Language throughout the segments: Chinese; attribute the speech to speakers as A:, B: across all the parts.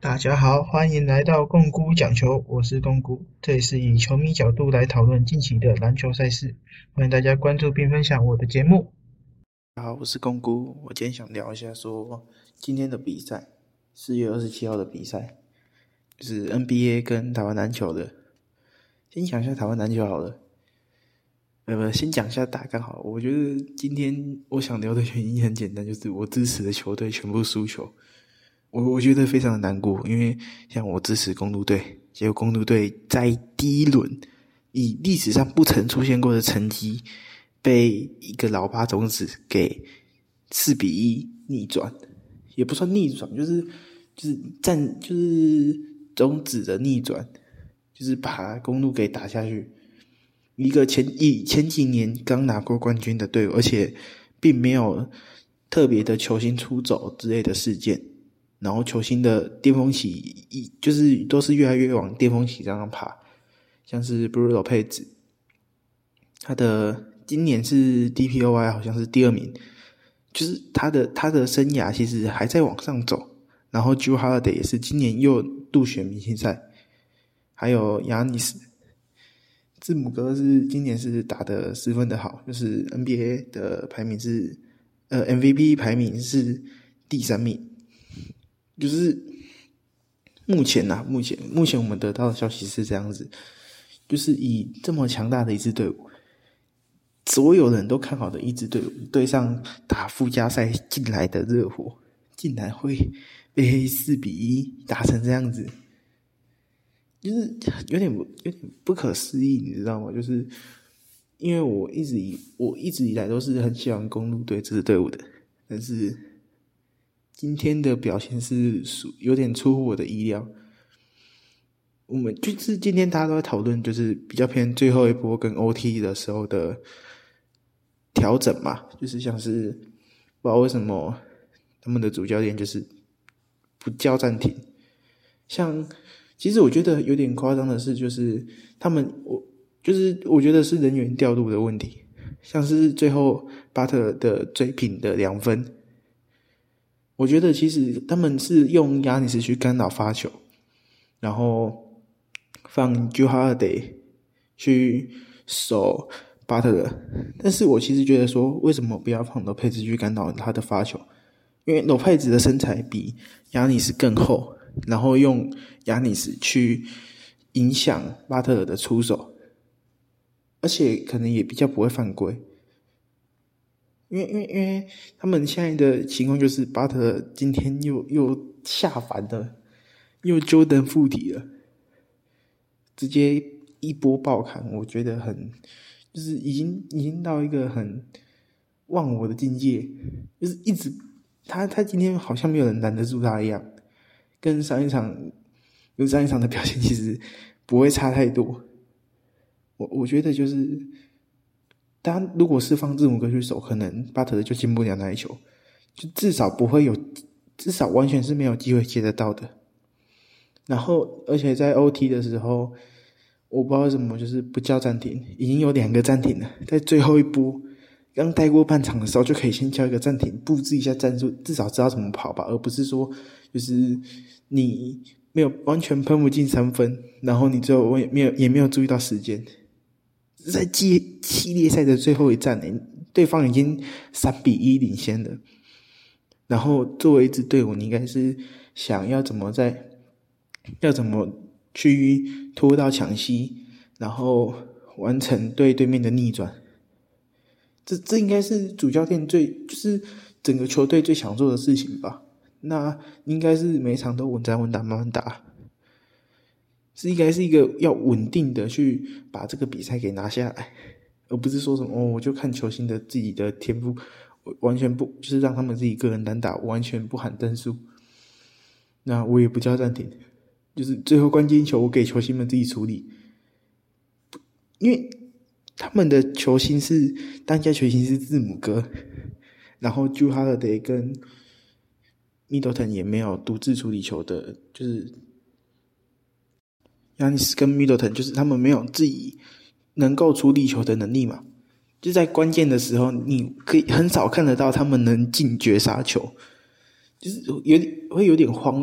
A: 大家好，欢迎来到共估讲球，我是共估，这里是以球迷角度来讨论近期的篮球赛事，欢迎大家关注并分享我的节目。
B: 好，我是公姑。我今天想聊一下说今天的比赛，4月27号的比赛，就是 NBA 跟台湾篮球的。先讲一下台湾篮球好了，先讲一下大纲好了。我觉得今天我想聊的原因很简单，就是我支持的球队全部输球，我觉得非常的难过，因为像我支持公鹿队，结果公鹿队在第一轮以历史上不曾出现过的成绩，被一个老八种子给4-1逆转，也不算逆转，就是种子的逆转，就是把公鹿给打下去。一个前几年刚拿过冠军的队伍，而且并没有特别的球星出走之类的事件，然后球星的巅峰期就是都是越来越往巅峰期这样爬，像是布鲁诺佩兹，他的今年是 DPOY 好像是第2名，就是他的生涯其实还在往上走。然后 Jrue Holiday 也是今年又入选明星赛，还有亚尼斯，字母哥是今年是打得十分的好，就是 NBA 的排名是MVP 排名是第3名。就是目前我们得到的消息是这样子，就是以这么强大的一支队伍，所有人都看好的一支队伍，对上打附加赛进来的热火，竟然会被4-1打成这样子，就是有点不可思议，你知道吗？就是因为我一直以来都是很喜欢公鹿队这支队伍的，但是今天的表现是有点出乎我的意料。我们就是今天大家都在讨论，就是比较偏最后一波跟 OT 的时候的调整嘛，就是像是不知道为什么他们的主教练就是不叫暂停。像其实我觉得有点夸张的是，就是我觉得是人员调度的问题，像是最后巴特的追平的2分，我觉得其实他们是用亚尼斯去干扰发球，然后放 Jrue Holiday 去守巴特勒，但是我其实觉得说，为什么不要放罗佩兹去干扰他的发球？因为罗佩兹的身材比亚尼斯更厚，然后用亚尼斯去影响巴特勒的出手，而且可能也比较不会犯规。因为他们现在的情况就是巴特勒今天又下凡了，又 Jordan 附体了，直接一波爆砍，我觉得就是已经到一个很忘我的境界，就是一直他今天好像没有人拦得住他一样，跟上一场的表现其实不会差太多。我觉得就是他如果是放字母哥去守，可能巴特勒就进不了那一球，就至少完全是没有机会接得到的。然后而且在 OT 的时候，我不知道为什么就是不叫暂停，已经有2个暂停了，在最后一波刚带过半场的时候就可以先叫一个暂停，布置一下战术，至少知道怎么跑吧，而不是说就是你没有完全喷不进3分，然后你最后也没有注意到时间。在系列赛的最后一战，对方已经3-1领先了，然后作为一支队伍，你应该是想要怎么去拖到抢七，然后完成对面的逆转。这应该是主教练就是整个球队最想做的事情吧。那应该是每场都稳扎稳打慢慢打，应该是一个要稳定的去把这个比赛给拿下来，而不是说什么我就看球星的自己的天赋，完全不就是让他们自己个人单打，完全不喊登数，那我也不叫暂停，就是最后关键球我给球星们自己处理，因为他们的当家球星是字母哥，然后 Jrue Holiday 跟 Middleton 也没有独自处理球的，就是亚尼斯跟 Middleton 就是他们没有自己能够处理球的能力嘛，就在关键的时候你可以很少看得到他们能进绝杀球，就是会有点慌乱。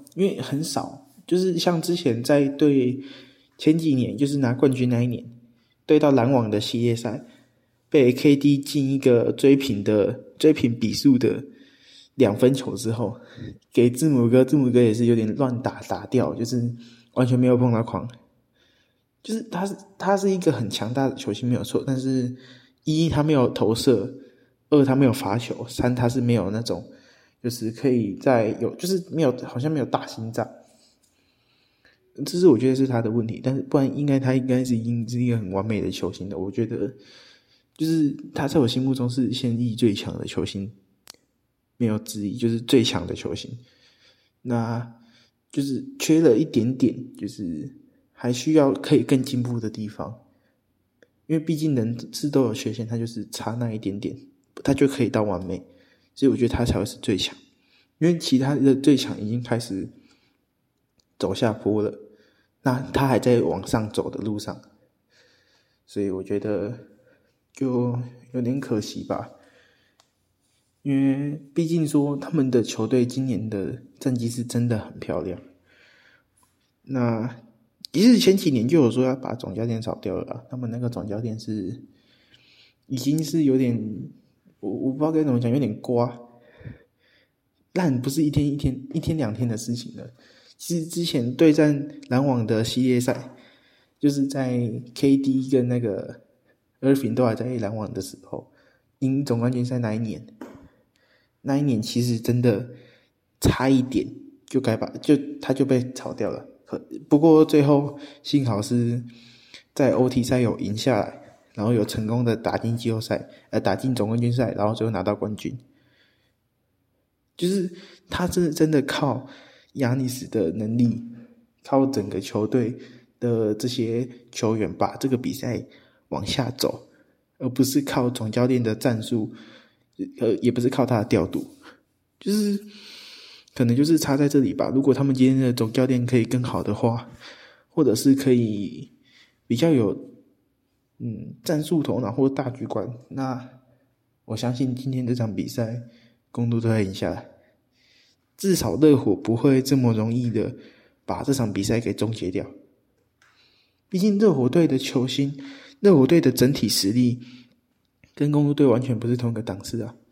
B: 因为很少，就是像之前在对前几年就是拿冠军那一年对到篮网的系列赛，被 KD 进一个追平比数的2分球之后，给字母哥也是有点乱打掉，就是完全没有碰到框。就是他是一个很强大的球星没有错，但是一他没有投射，二他没有罚球，三他是没有那种就是可以就是没有好像没有大心脏，这是我觉得是他的问题。但是不然他应该是已经是一个很完美的球星的，我觉得就是他在我心目中是现役最强的球星，没有之一，就是最强的球星。那就是缺了一点点，就是还需要可以更进步的地方，因为毕竟人是都有缺陷，他就是差那一点点，他就可以到完美，所以我觉得他才会是最强。因为其他的最强已经开始走下坡了，那他还在往上走的路上，所以我觉得就有点可惜吧。因为毕竟说他们的球队今年的战绩是真的很漂亮，那其实前几年就有说要把总教练炒掉了啦，他们那个总教练是已经是有点我不知道该怎么讲，有点瓜烂，不是一天两天的事情了。其实之前对战篮网的系列赛，就是在 KD 跟那个 Irving 都还在篮网的时候，赢总冠军赛那一年其实真的差一点他就被炒掉了。不过最后幸好是在 OT 赛有赢下来，然后有成功的打进季后赛，打进总冠军赛，然后最后拿到冠军。就是他真的靠亚尼斯的能力，靠整个球队的这些球员把这个比赛往下走，而不是靠总教练的战术，也不是靠他的调度，就是可能就是差在这里吧。如果他们今天的总教练可以更好的话，或者是可以比较有战术头脑或大局观，那我相信今天这场比赛公鹿都会赢下来，至少热火不会这么容易的把这场比赛给终结掉。毕竟热火队的球星，热火队的整体实力跟公鹿队完全不是同一个档次啊。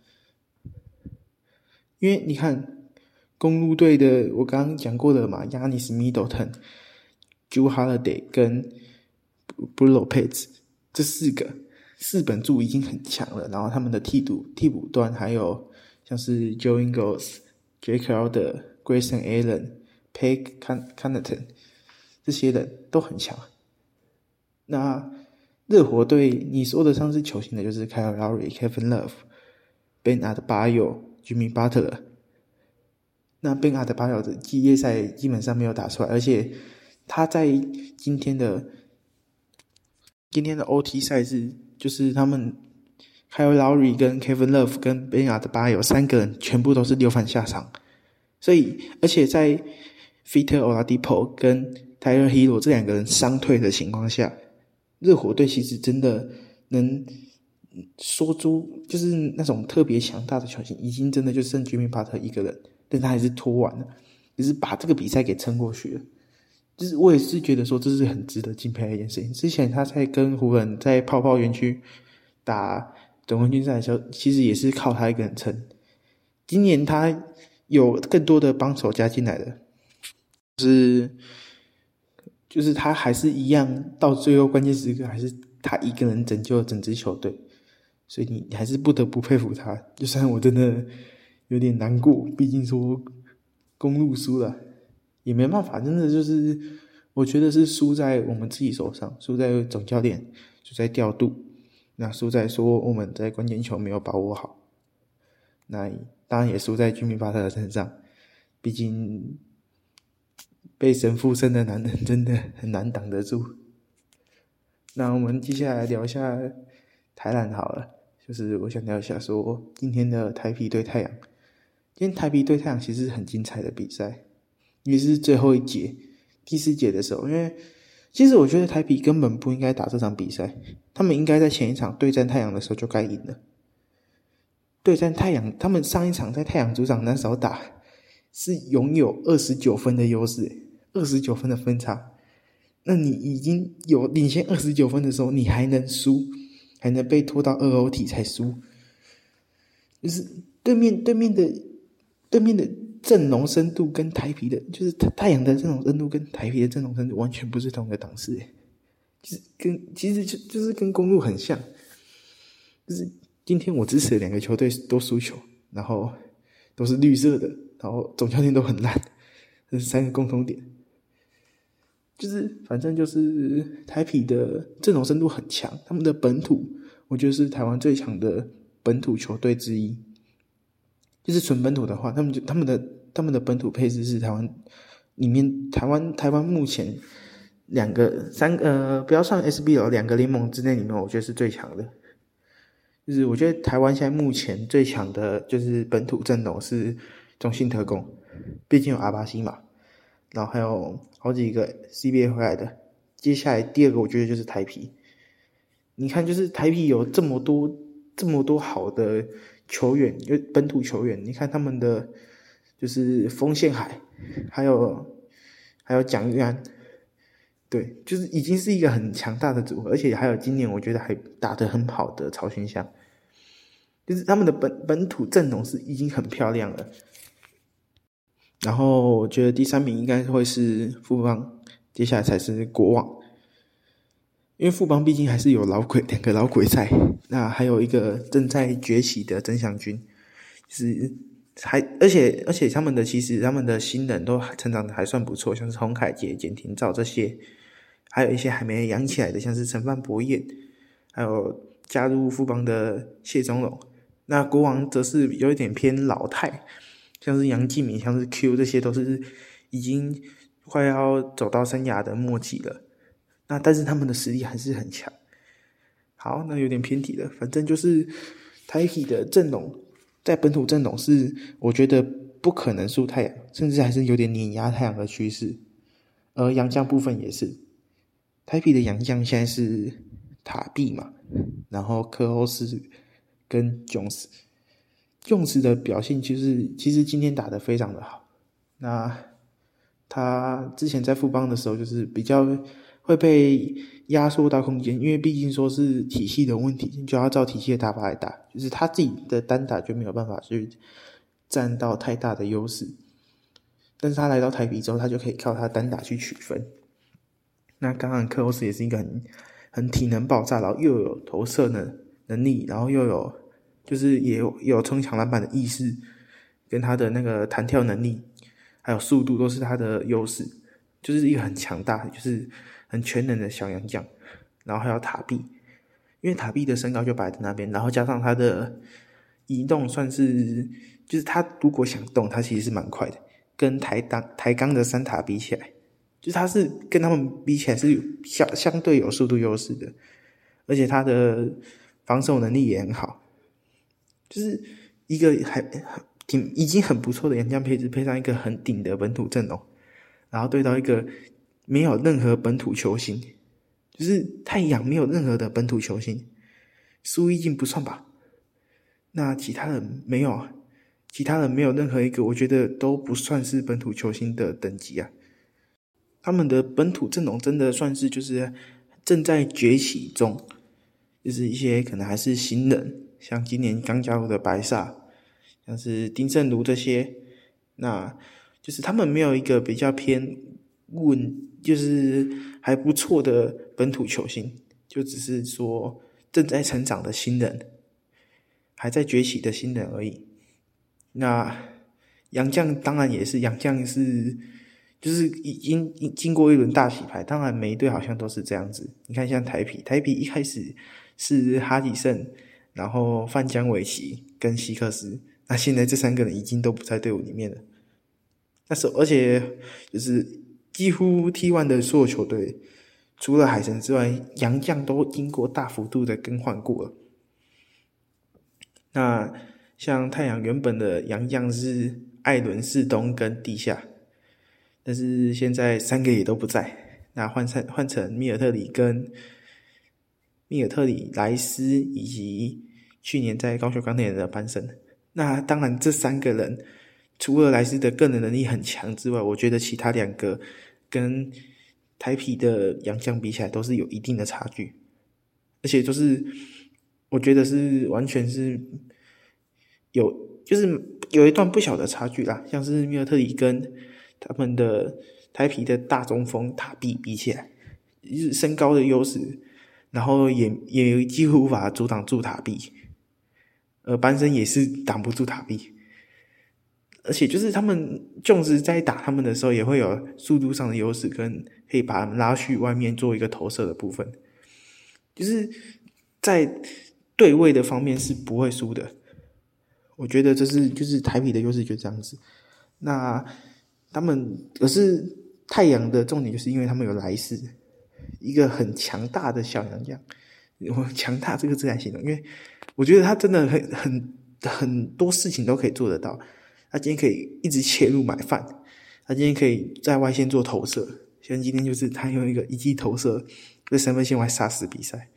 B: 因为你看公鹿队的我刚刚讲过的嘛，Giannis Middleton、Jrue Holiday 跟 Brook Lopez 这四本柱已经很强了，然后他们的替补端还有像是 Joe Ingles、Jake Crowder、Grayson Allen、Pat Connaughton 这些人都很强。那热火队你说得上是球星的就是 Kyle Lowry、Kevin Love、Ben Adebayo、Jimmy Butler。那 Ben Adebayo 的季业赛基本上没有打出来，而且他在今天的 OT 赛事，就是他们 Kyle Lowry 跟 Kevin Love 跟 Ben Adebayo 3个人全部都是6犯下场，所以而且在 Victor Oladipo 跟 Tyler Hero 这2个人伤退的情况下，热火队其实真的能说出就是那种特别强大的球星，已经真的就剩 Jimmy Butler 一个人，但他还是拖完了，就是把这个比赛给撑过去了。就是我也是觉得说这是很值得敬佩的一件事情。之前他在跟湖人在泡泡园区打总冠军赛的时候，其实也是靠他一个人撑。今年他有更多的帮手加进来的，就是他还是一样，到最后关键时刻还是他一个人拯救了整支球队，所以你还是不得不佩服他。就算我真的有点难过，毕竟说公鹿输了也没办法，真的就是我觉得是输在我们自己手上，输在总教练，输在调度，那输在说我们在关键球没有把握好，那当然也输在Jimmy Butler的身上，毕竟被神附身的男人真的很难挡得住。那我们接下来聊一下台篮好了，就是我想聊一下说今天的台啤对太阳。今天台啤对太阳其实是很精彩的比赛，因为是最后一节第4节的时候，因为其实我觉得台啤根本不应该打这场比赛，他们应该在前一场对战太阳的时候就该赢了。对战太阳，他们上一场在太阳主场那时候打， 是拥有29分的优势，29分的分差。那你已经有领先29分的时候，你还能输，还能被拖到2OT才输，就是对面的阵容深度跟台啤的，就是太阳的阵容深度跟台啤的阵容深度完全不是同一个档次，其实就是跟公鹿很像，就是今天我支持的2个球队都输球，然后都是绿色的，然后总教练都很烂，这是3个共同点。就是反正就是台啤的阵容深度很强，他们的本土我觉得是台湾最强的本土球队之一。就是纯本土的话，他们的本土配置是台湾里面台湾目前3个不要算 SBL 2个联盟之内里面，我觉得是最强的。就是我觉得台湾现在目前最强的就是本土阵容是中信特攻，毕竟有阿巴西嘛，然后还有好几个 CBA 回来的。接下来第2个我觉得就是台啤。你看，就是台啤有这么多好的球员，本土球员，你看他们的就是锋线海，还有蒋玉安，对，就是已经是一个很强大的组合，而且还有今年我觉得还打得很好的曹勋相，就是他们的本土阵容是已经很漂亮了。然后我觉得第3名应该会是富邦，接下来才是国网。因为富邦毕竟还是有2个老鬼在，那还有一个正在崛起的曾祥军，就是而且他们的新人都成长的还算不错，像是洪凯杰、简廷照这些，还有一些还没养起来的，像是陈范博彦，还有加入富邦的谢宗荣。那国王则是有一点偏老态，像是杨敬敏、像是 Q 这些都是已经快要走到生涯的末期了。那但是他们的实力还是很强。好，那有点偏题了，反正就是台啤的阵容在本土阵容是我觉得不可能输太阳，甚至还是有点碾压太阳的趋势。而洋将部分也是，台啤的洋将现在是塔碧嘛，然后科欧斯跟Jones的表现其实今天打得非常的好。那他之前在富邦的时候就是比较会被压缩到空间，因为毕竟说是体系的问题，就要照体系的打法来打，就是他自己的单打就没有办法去占到太大的优势。但是他来到台啤之后，他就可以靠他单打去取分。那刚刚克欧斯也是一个很体能爆炸，然后又有投射的能力，然后又有就是也有冲抢篮板的意识，跟他的那个弹跳能力还有速度都是他的优势，就是一个很强大，就是很全能的小洋将。然后还有塔碧，因为塔碧的身高就摆在那边，然后加上他的移动算是就是他如果想动，他其实是蛮快的，跟台钢的三塔比起来，就是他是跟他们比起来是相对有速度优势的，而且他的防守能力也很好，就是一个已经很不错的洋将配置，配上一个很顶的本土阵容，然后对到一个没有任何本土球星，就是太阳没有任何的本土球星，苏一静不算吧？那其他人没有任何一个，我觉得都不算是本土球星的等级啊。他们的本土阵容真的算是就是正在崛起中，就是一些可能还是新人，像今年刚加入的白煞，像是丁胜儒这些，那就是他们没有一个比较偏就是还不错的本土球星，就只是说正在成长的新人，还在崛起的新人而已。那洋将当然也是，洋将是就是已经经过一轮大洗牌，当然每一队好像都是这样子。你看像台啤一开始是哈迪胜，然后范江维奇跟希克斯，那现在这3个人已经都不在队伍里面了。而且就是几乎 T1 的所有球队，除了海神之外，洋将都经过大幅度的更换过了。那像太阳原本的洋将是艾伦、士东跟地下，但是现在3个也都不在，那换成米尔特里、莱斯以及去年在高雄钢铁人的班神。那当然这3个人除了莱斯的个人能力很强之外，我觉得其他两个跟台啤的洋将比起来都是有一定的差距，而且就是我觉得是完全是就是有一段不小的差距啦，像是米尔特里跟他们的台啤的大中锋塔比比起来，就是身高的优势，然后也几乎无法阻挡住塔比，班森也是挡不住塔比，而且就是他们Jones在打他们的时候也会有速度上的优势，跟可以把他们拉去外面做一个投射的部分，就是在对位的方面是不会输的。我觉得这是就是台啤的优势就这样子。那他们可是太阳的重点就是因为他们有莱斯，一个很强大的小洋将。我强大这个字来形容，因为我觉得他真的很多事情都可以做得到。他今天可以一直切入买饭，他今天可以在外线做投射，像今天就是他用一记投射在3分线外杀死比赛。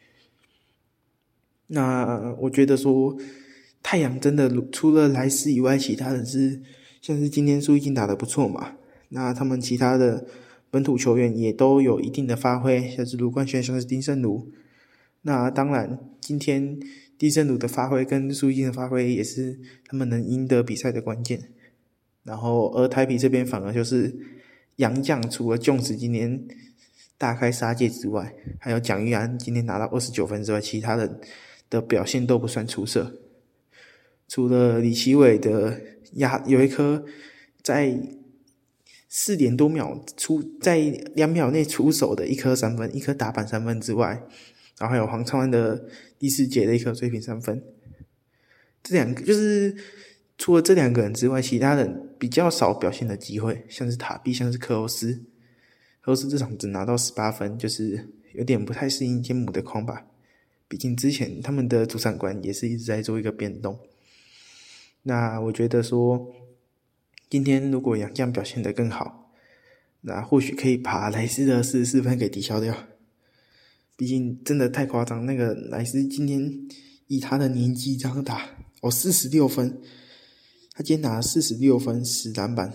B: 那我觉得说太阳真的除了莱斯以外，其他人是像是今天苏奕金打得不错嘛，那他们其他的本土球员也都有一定的发挥，像是卢冠轩，像是丁胜儒。那当然今天丁胜儒的发挥跟苏奕金的发挥也是他们能赢得比赛的关键。然后而台啤这边反而就是洋将，除了Jones今年大开杀戒之外，还有蒋玉安今天拿到29分之外，其他人的表现都不算出色。除了李奇伟的有一颗在4点多秒在2秒内出手的一颗3分，一颗打板3分之外，然后还有黄昌安的第4节的一颗追平3分。这两个就是除了这2个人之外，其他人比较少表现的机会，像是塔比，像是克欧斯这场只拿到18分，就是有点不太适应天母的框吧。毕竟之前他们的主场官也是一直在做一个变动。那我觉得说今天如果洋将表现得更好，那或许可以把莱斯的44分给抵消掉。毕竟真的太夸张，那个莱斯今天以他的年纪这样打46分，他今天拿了46分10篮板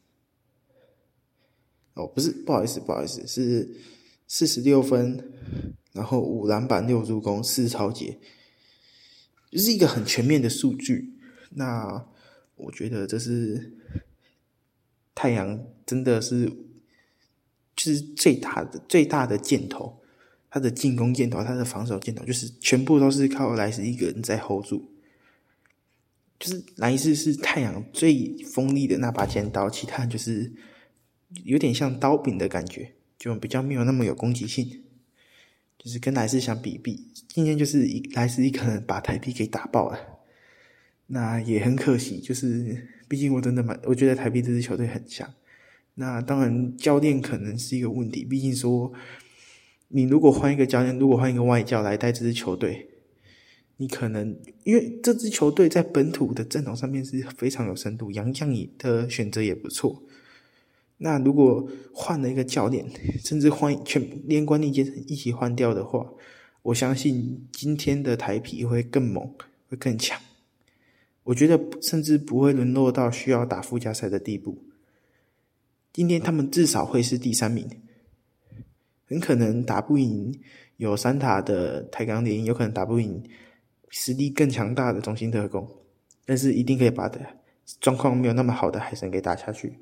B: 不是不好意思是46分，然后5篮板6助攻4抄截，就是一个很全面的数据。那我觉得这是太阳真的是就是最大的箭头，他的进攻箭头，他的防守箭头，就是全部都是靠莱斯一个人在 hold 住。就是莱斯是太阳最锋利的那把尖刀，其他人就是有点像刀柄的感觉，就比较没有那么有攻击性。就是跟莱斯相比，今天就是莱斯一个人把台啤给打爆了。那也很可惜，就是毕竟我觉得台啤这支球队很强。那当然教练可能是一个问题，毕竟说你如果换一个教练，如果换一个外教来带这支球队，你可能因为这支球队在本土的阵容上面是非常有深度，洋将的选择也不错。那如果换了一个教练，甚至连管理阶层一起换掉的话，我相信今天的台啤会更猛，会更强。我觉得甚至不会沦落到需要打附加赛的地步。今天他们至少会是第3名，很可能打不赢有3塔的台钢联，有可能打不赢实力更强大的中信特攻，但是一定可以把状况没有那么好的海神给打下去。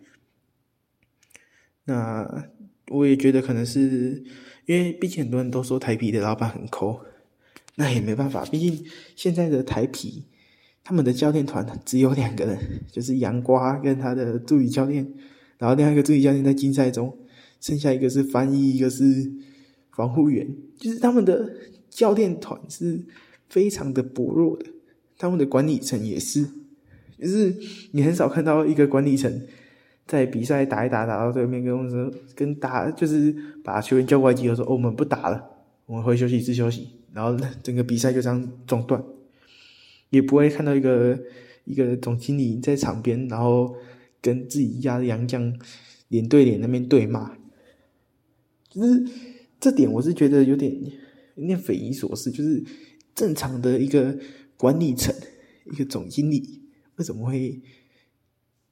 B: 那我也觉得可能是因为毕竟很多人都说台啤的老板很抠，那也没办法，毕竟现在的台啤他们的教练团只有2个人，就是杨瓜跟他的助理教练，然后另外一个助理教练在竞赛中，剩下一个是翻译，一个是防护员，就是他们的教练团是非常的薄弱的，他们的管理层也是，就是你很少看到一个管理层在比赛打一打到对面就是把球员叫过来集合说我们不打了，我们回休息室休息，然后整个比赛就这样中断。也不会看到一个总经理在场边，然后跟自己家的洋将脸对脸那边对骂，就是这点我是觉得有点匪夷所思，就是正常的一个管理层，一个总经理为什么会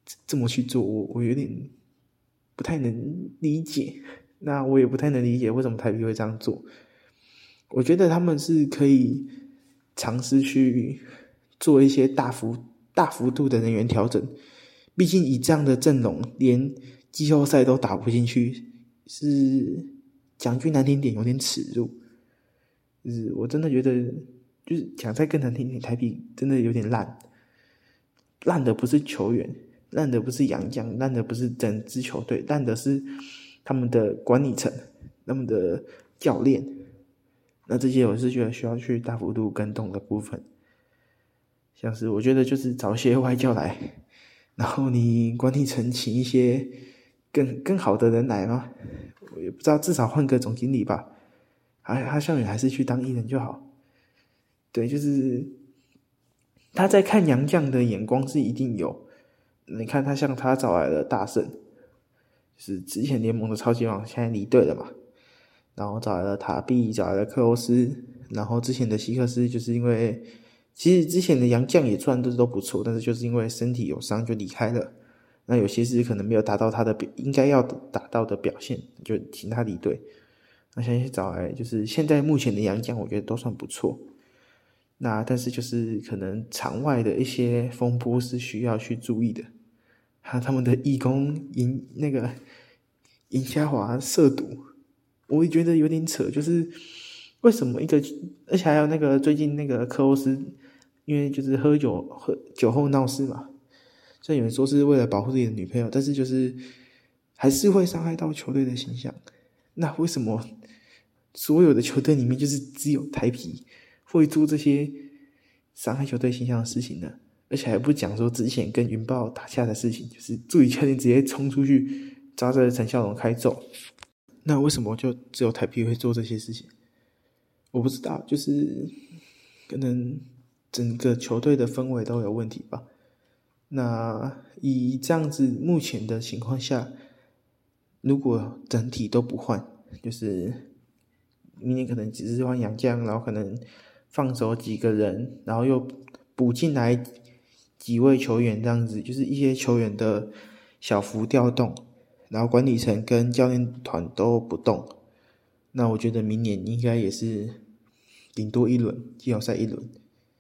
B: 这么去做，我有点不太能理解。那我也不太能理解为什么台啤会这样做。我觉得他们是可以尝试去做一些大幅度的人员调整，毕竟以这样的阵容，连季后赛都打不进去，是讲句难听点，有点耻辱。就是我真的觉得，就是讲再更难听点，台啤真的有点烂。烂的不是球员，烂的不是洋将，烂的不是整支球队，烂的是他们的管理层，他们的教练。那这些我是觉得需要去大幅度更动的部分，像是我觉得就是找一些外教来，然后你管理层请一些更好的人来嘛，我也不知道，至少换个总经理吧，他校园还是去当艺人就好。对，就是他在看洋将的眼光是一定有。你看他像他找来了大圣，就是之前联盟的超级王，现在离队了嘛，然后找来了塔比，找来了克罗斯，然后之前的希克斯就是因为其实之前的洋将也算都不错，但是就是因为身体有伤就离开了，那有些是可能没有达到他的应该要达到的表现，就请他离队。那现在找来就是现在目前的洋将我觉得都算不错，那但是就是可能场外的一些风波是需要去注意的，还有他们的义工尹夏华涉赌，我也觉得有点扯，就是为什么而且还有那个最近那个科欧斯，因为就是喝酒后闹事嘛，虽然有人说是为了保护自己的女朋友，但是就是还是会伤害到球队的形象。那为什么所有的球队里面就是只有台啤会做这些伤害球队形象的事情呢？而且还不讲说之前跟云豹打架的事情，就是助理教练直接冲出去抓着陈孝龙开揍。那为什么就只有台啤会做这些事情？我不知道，就是可能整个球队的氛围都有问题吧。那以这样子目前的情况下，如果整体都不换，就是明年可能只是换洋将，然后可能放走几个人，然后又补进来几位球员，这样子就是一些球员的小幅调动，然后管理层跟教练团都不动，那我觉得明年应该也是顶多一轮季后赛一轮，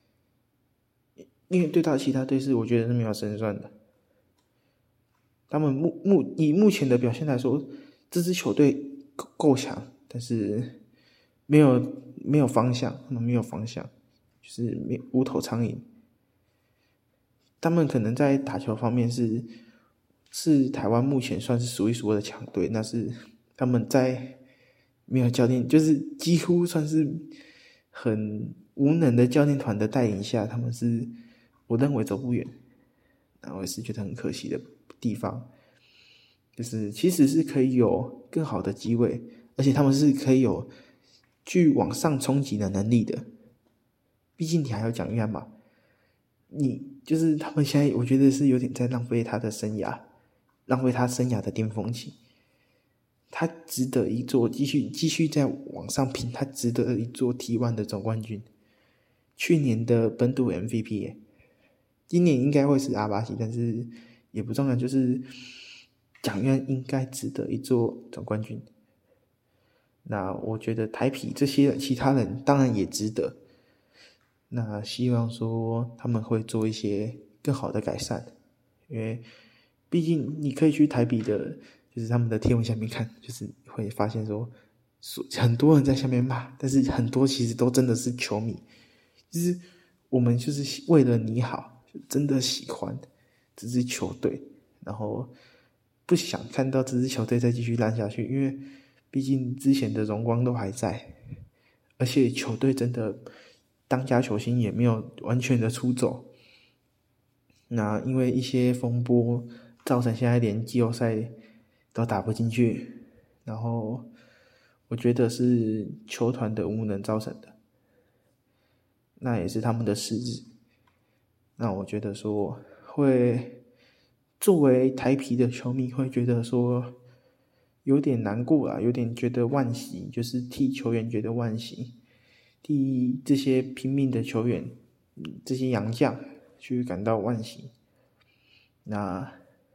B: 因为对到其他队是我觉得是没有胜算的。他们以目前的表现来说，这支球队够强，但是没有方向，他们没有方向，就是无头苍蝇。他们可能在打球方面是台湾目前算是数一数二的强队，那是他们在没有教练，就是几乎算是很无能的教练团的带领下，他们是我认为走不远，然后我也是觉得很可惜的地方，就是其实是可以有更好的机会，而且他们是可以有去往上冲击的能力的。毕竟你还要讲一下嘛，你就是他们现在我觉得是有点在浪费他的生涯，浪费他生涯的巅峰期。他值得一座继续再往上拼，他值得一座 T1 的总冠军。去年的本土 MVP 耶，今年应该会是阿巴西，但是也不重要，就是蒋院应该值得一座总冠军。那我觉得台啤这些其他人当然也值得，那希望说他们会做一些更好的改善，因为毕竟你可以去台啤的就是他们的贴文下面看，就是会发现说很多人在下面骂，但是很多其实都真的是球迷，就是我们就是为了你好，就真的喜欢这支球队，然后不想看到这支球队再继续烂下去，因为毕竟之前的荣光都还在，而且球队真的当家球星也没有完全的出走。那因为一些风波造成现在连季后赛都打不进去，然后我觉得是球团的无能造成的，那也是他们的失职。那我觉得说会作为台啤的球迷会觉得说有点难过啦，有点觉得惋惜，就是替球员觉得惋惜，替这些拼命的球员这些洋将去感到惋惜。那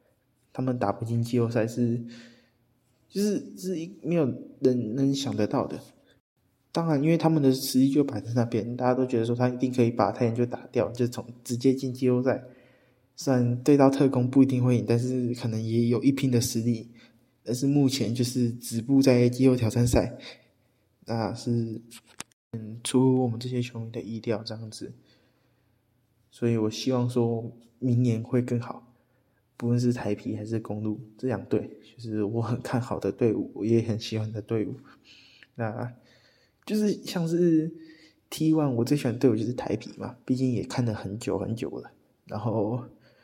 B: 他们打不进季后赛是没有人能想得到的。当然，因为他们的实力就摆在那边，大家都觉得说他一定可以把太阳就打掉，就直接进季后赛。虽然对到特攻不一定会赢，但是可能也有一拼的实力。但是目前就是止步在季后挑战赛，那是出乎我们这些球迷的意料这样子。所以我希望说明年会更好，不论是台啤还是公鹿这两队，就是我很看好的队伍，我也很喜欢的队伍。那就是像是 T1， 我最喜欢的队伍就是台啤嘛，毕竟也看了很久很久了。然后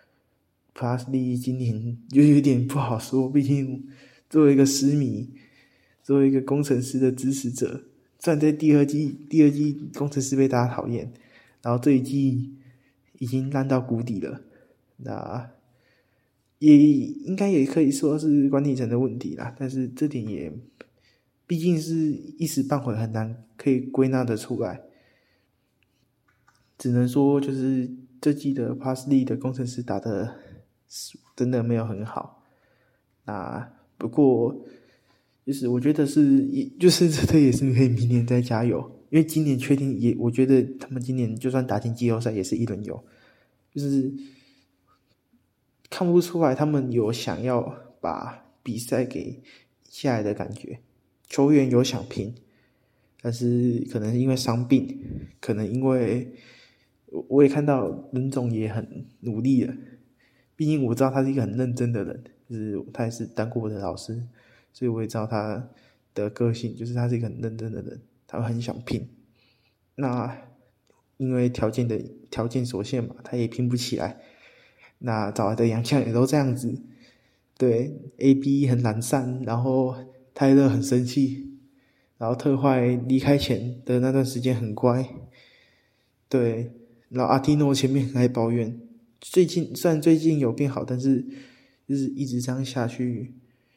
B: Plus 今年就有点不好说，毕竟作为一个狮迷，作为一个工程师的支持者，虽然在第二季工程师被大家讨厌，然后这一季已经烂到谷底了，那也应该也可以说是管理层的问题啦，但是这点也毕竟是一时半会很难可以归纳得出来，只能说就是这季的 Plus 的工程师打的真的没有很好。那不过就是我觉得就是这也是可以明年再加油，因为今年确定也我觉得他们今年就算打进季后赛也是一轮游，就是看不出来他们有想要把比赛给下来的感觉，球员有想拼，但是可能因为伤病，可能因为我也看到任总也很努力了，毕竟我知道他是一个很认真的人，就是他也是当过我的老师，所以我也知道他的个性，就是他是一个很认真的人，他很想拼。那因为条件所限嘛，他也拼不起来。那找来的洋将也都这样子，对 ，AB 很懒散，然后泰勒很生气，然后特坏离开前的那段时间很乖，对，然后阿提诺前面还抱怨，虽然最近有变好，但是就是一直这样下去，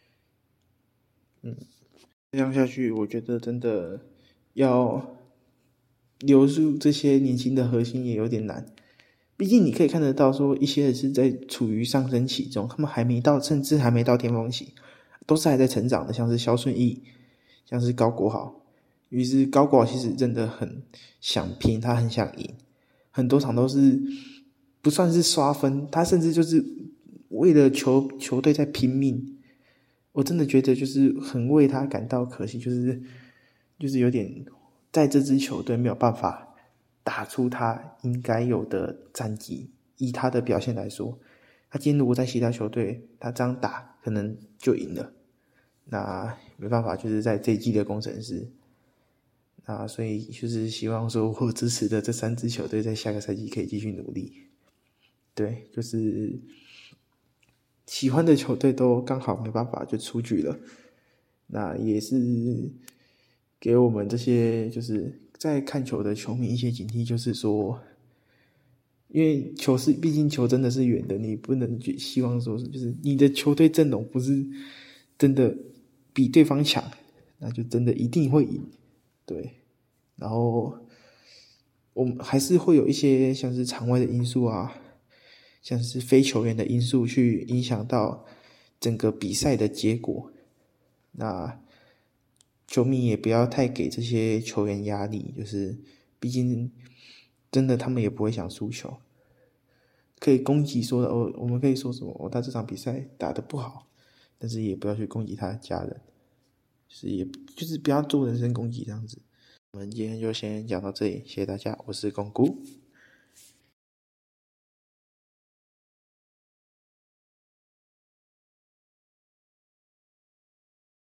B: 这样下去，我觉得真的要留住这些年轻的核心也有点难。毕竟你可以看得到说一些人是在处于上升期中，他们甚至还没到巅峰期，都是还在成长的，像是肖顺义，像是高国豪。于是高国豪其实真的很想拼，他很想赢，很多场都是不算是刷分，他甚至就是为了球队在拼命。我真的觉得就是很为他感到可惜，就是有点在这支球队没有办法打出他应该有的战绩。以他的表现来说，他今天如果在其他球队，他这样打可能就赢了。那没办法，就是在这一季的工程师。那所以就是希望说我支持的这3支球队在下个赛季可以继续努力。对，就是喜欢的球队都刚好没办法就出局了。那也是给我们这些就是在看球的球迷一些警惕，就是说，因为毕竟球真的是圆的，你不能希望说就是你的球队阵容不是真的比对方强，那就真的一定会赢。对，然后我们还是会有一些像是场外的因素啊，像是非球员的因素去影响到整个比赛的结果。那球迷也不要太给这些球员压力，就是毕竟真的他们也不会想输球。可以攻击说的我们可以说什么他这场比赛打得不好，但是也不要去攻击他的家人，就是不要做人身攻击这样子。我们今天就先讲到这里，谢谢大家，我是公姑。